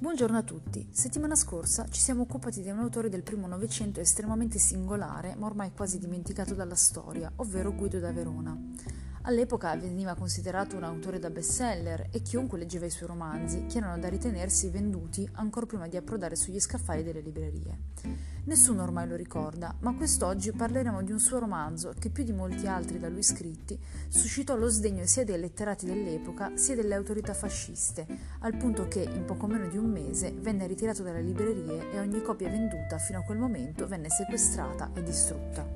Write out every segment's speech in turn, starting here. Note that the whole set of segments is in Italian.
Buongiorno a tutti. Settimana scorsa ci siamo occupati di un autore del primo Novecento estremamente singolare, ma ormai quasi dimenticato dalla storia, ovvero Guido da Verona. All'epoca veniva considerato un autore da bestseller e chiunque leggeva i suoi romanzi, che erano da ritenersi venduti ancor prima di approdare sugli scaffali delle librerie. Nessuno ormai lo ricorda, ma quest'oggi parleremo di un suo romanzo che più di molti altri da lui scritti suscitò lo sdegno sia dei letterati dell'epoca sia delle autorità fasciste, al punto che in poco meno di un mese venne ritirato dalle librerie e ogni copia venduta fino a quel momento venne sequestrata e distrutta.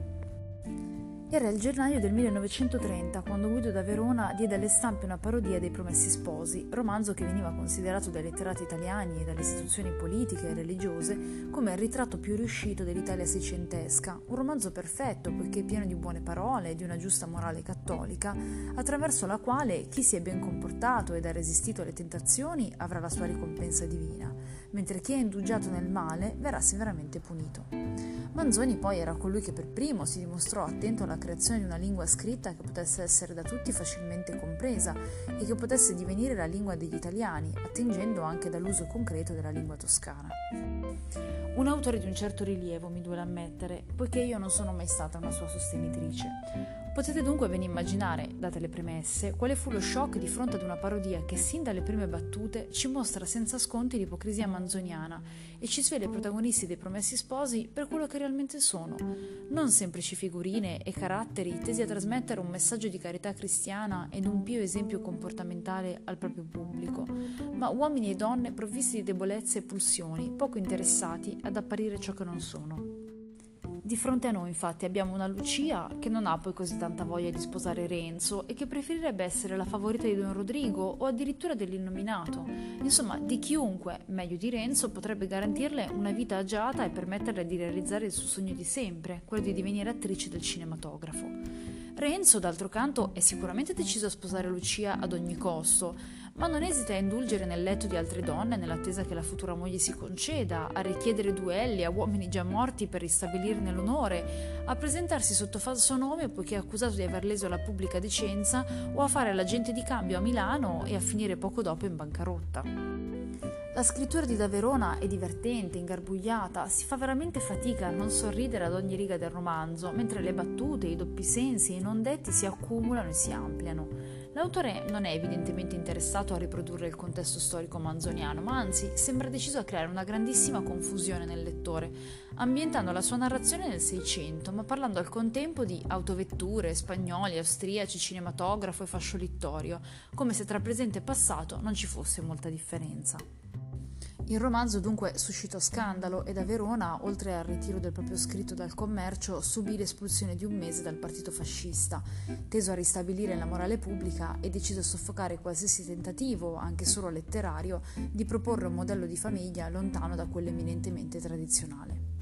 Era il gennaio del 1930 quando Guido da Verona diede alle stampe una parodia dei Promessi Sposi, romanzo che veniva considerato dai letterati italiani e dalle istituzioni politiche e religiose come il ritratto più riuscito dell'Italia seicentesca, un romanzo perfetto poiché pieno di buone parole e di una giusta morale cattolica, attraverso la quale chi si è ben comportato ed ha resistito alle tentazioni avrà la sua ricompensa divina, mentre chi è indugiato nel male verrà severamente punito. Manzoni poi era colui che per primo si dimostrò attento alla creazione di una lingua scritta che potesse essere da tutti facilmente compresa e che potesse divenire la lingua degli italiani, attingendo anche dall'uso concreto della lingua toscana. Un autore di un certo rilievo, mi duole ammettere, poiché io non sono mai stata una sua sostenitrice. Potete dunque ben immaginare, date le premesse, quale fu lo shock di fronte ad una parodia che sin dalle prime battute ci mostra senza sconti l'ipocrisia manzoniana e ci svela i protagonisti dei Promessi Sposi per quello che realmente sono, non semplici figurine e caratteri tesi a trasmettere un messaggio di carità cristiana ed un pio esempio comportamentale al proprio pubblico, ma uomini e donne provvisti di debolezze e pulsioni, poco interessati ad apparire ciò che non sono. Di fronte a noi, infatti, abbiamo una Lucia che non ha poi così tanta voglia di sposare Renzo e che preferirebbe essere la favorita di Don Rodrigo o addirittura dell'innominato. Insomma, di chiunque, meglio di Renzo, potrebbe garantirle una vita agiata e permetterle di realizzare il suo sogno di sempre, quello di divenire attrice del cinematografo. Renzo, d'altro canto, è sicuramente deciso a sposare Lucia ad ogni costo, ma non esita a indulgere nel letto di altre donne nell'attesa che la futura moglie si conceda, a richiedere duelli a uomini già morti per ristabilirne l'onore, a presentarsi sotto falso nome poiché è accusato di aver leso la pubblica decenza o a fare l'agente di cambio a Milano e a finire poco dopo in bancarotta. La scrittura di Da Verona è divertente, ingarbugliata, si fa veramente fatica a non sorridere ad ogni riga del romanzo, mentre le battute, i doppi sensi e i non detti si accumulano e si ampliano. L'autore non è evidentemente interessato a riprodurre il contesto storico manzoniano, ma anzi sembra deciso a creare una grandissima confusione nel lettore, ambientando la sua narrazione nel Seicento, ma parlando al contempo di autovetture, spagnoli, austriaci, cinematografo e fasciolittorio, come se tra presente e passato non ci fosse molta differenza. Il romanzo dunque suscitò scandalo e da Verona, oltre al ritiro del proprio scritto dal commercio, subì l'espulsione di un mese dal partito fascista, teso a ristabilire la morale pubblica e deciso a soffocare qualsiasi tentativo, anche solo letterario, di proporre un modello di famiglia lontano da quello eminentemente tradizionale.